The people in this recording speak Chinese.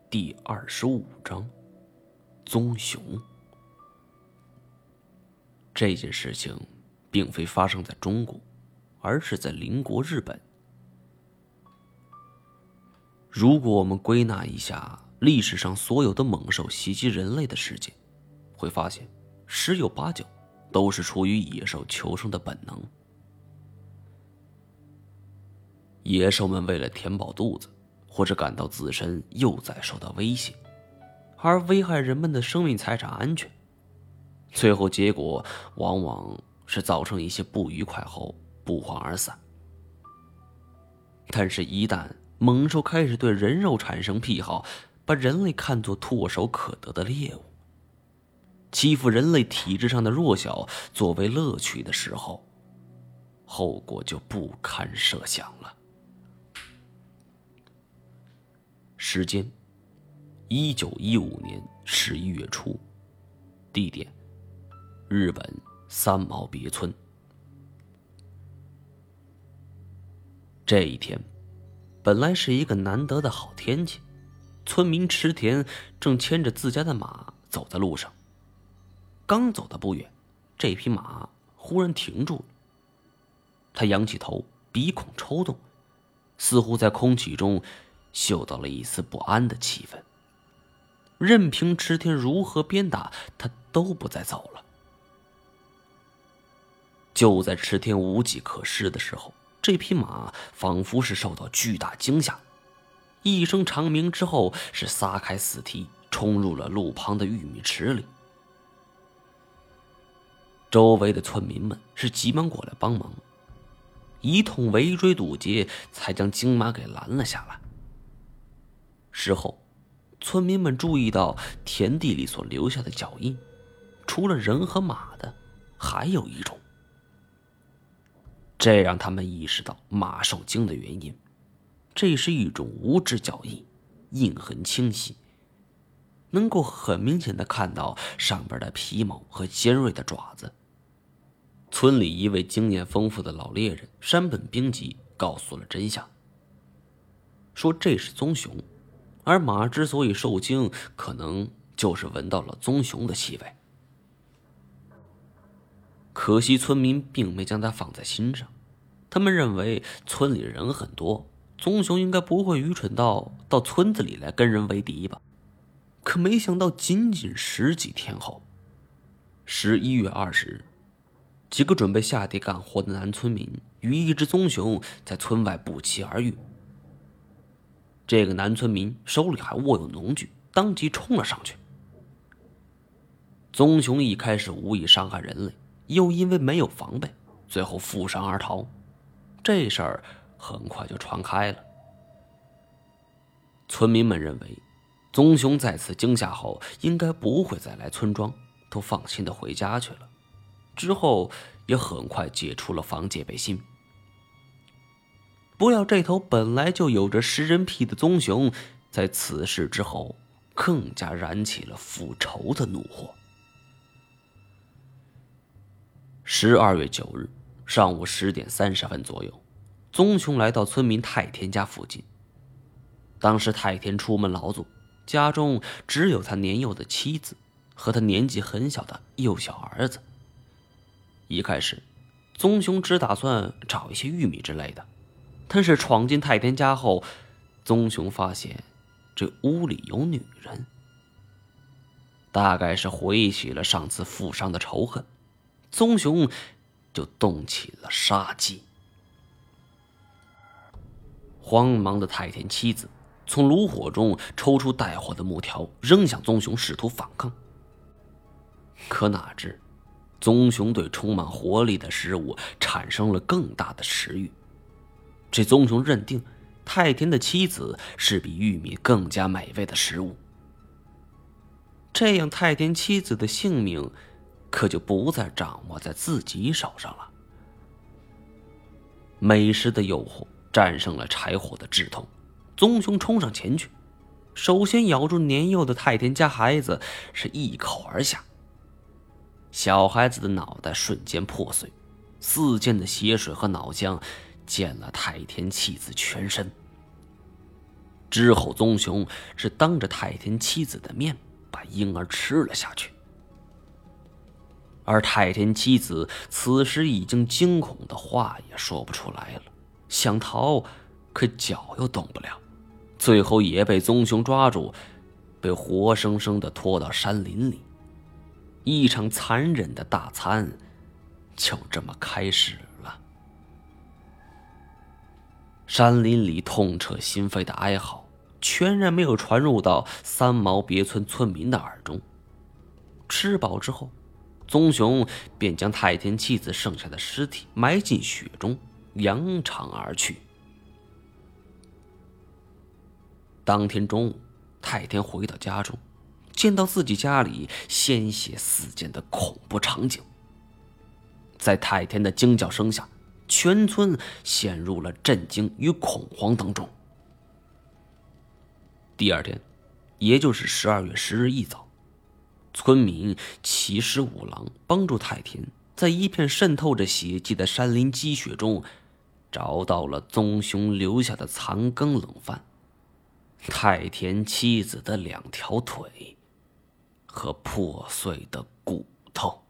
第25章棕熊。这件事情并非发生在中国，而是在邻国日本。如果我们归纳一下历史上所有的猛兽袭击人类的事件，会发现十有八九都是出于野兽求生的本能。野兽们为了填饱肚子，或者感到自身又在受到威胁，而危害人们的生命财产安全，最后结果往往是造成一些不愉快后不欢而散。但是一旦猛兽开始对人肉产生癖好，把人类看作唾手可得的猎物，欺负人类体质上的弱小作为乐趣的时候，后果就不堪设想了。时间1915年11月初，地点日本三毛别村。这一天本来是一个难得的好天气，村民池田正牵着自家的马走在路上。刚走的不远，这匹马忽然停住了。他仰起头，鼻孔抽动，似乎在空气中嗅到了一丝不安的气氛。任凭池田如何鞭打，他都不再走了。就在池田无计可施的时候，这匹马仿佛是受到巨大惊吓，一声长鸣之后，是撒开四蹄冲入了路旁的玉米池里。周围的村民们是急忙过来帮忙，一通围追堵截，才将金马给拦了下来。事后，村民们注意到田地里所留下的脚印，除了人和马的，还有一种。这让他们意识到马受惊的原因，这是一种无指脚印，印痕清晰，能够很明显的看到上边的皮毛和尖锐的爪子。村里一位经验丰富的老猎人山本兵吉告诉了真相，说这是棕熊，而马之所以受惊，可能就是闻到了棕熊的气味。可惜村民并没将它放在心上，他们认为村里人很多，棕熊应该不会愚蠢到村子里来跟人为敌吧。可没想到仅仅10几天后，11月20日，几个准备下地干活的男村民与一只棕熊在村外不期而遇。这个男村民手里还握有农具，当即冲了上去。棕熊一开始无意伤害人类，又因为没有防备，最后负伤而逃。这事儿很快就传开了。村民们认为棕熊在此惊吓后应该不会再来村庄，都放心的回家去了。之后也很快解除了防戒备心。不料这头本来就有着食人癖的棕熊，在此事之后更加燃起了复仇的怒火。12月9日上午10点30分左右，棕熊来到村民太田家附近。当时太田出门劳作，家中只有他年幼的妻子和他年纪很小的幼小儿子。一开始棕熊只打算找一些玉米之类的，但是闯进太田家后，棕熊发现这屋里有女人。大概是回忆起了上次负伤的仇恨，棕熊就动起了杀机。慌忙的太田妻子从炉火中抽出带火的木条，扔向棕熊，试图反抗。可哪知棕熊对充满活力的食物产生了更大的食欲。这棕熊认定太田的妻子是比玉米更加美味的食物，这样太田妻子的性命可就不再掌握在自己手上了。美食的诱惑战胜了柴火的炙痛，棕熊冲上前去，首先咬住年幼的太田家孩子，是一口而下。小孩子的脑袋瞬间破碎，4溅的血水和脑浆溅了太田妻子全身。 之后宗雄是当着太田妻子的面把婴儿吃了下去。而太田妻子此时已经惊恐的话也说不出来了，想逃可脚又动不了，最后也被宗雄抓住，被活生生的拖到山林里。一场残忍的大餐就这么开始了。山林里痛彻心扉的哀嚎全然没有传入到三毛别村村民的耳中。吃饱之后，宗雄便将太田妻子剩下的尸体埋进雪中，扬长而去。当天中午，太田回到家中，见到自己家里鲜血四溅的恐怖场景。在太田的惊叫声下，全村陷入了震惊与恐慌当中。第二天，也就是12月10日一早，村民骑狮五郎帮助太田在一片渗透着血迹的山林积雪中找到了宗雄留下的残羹冷饭，太田妻子的2条腿和破碎的骨头。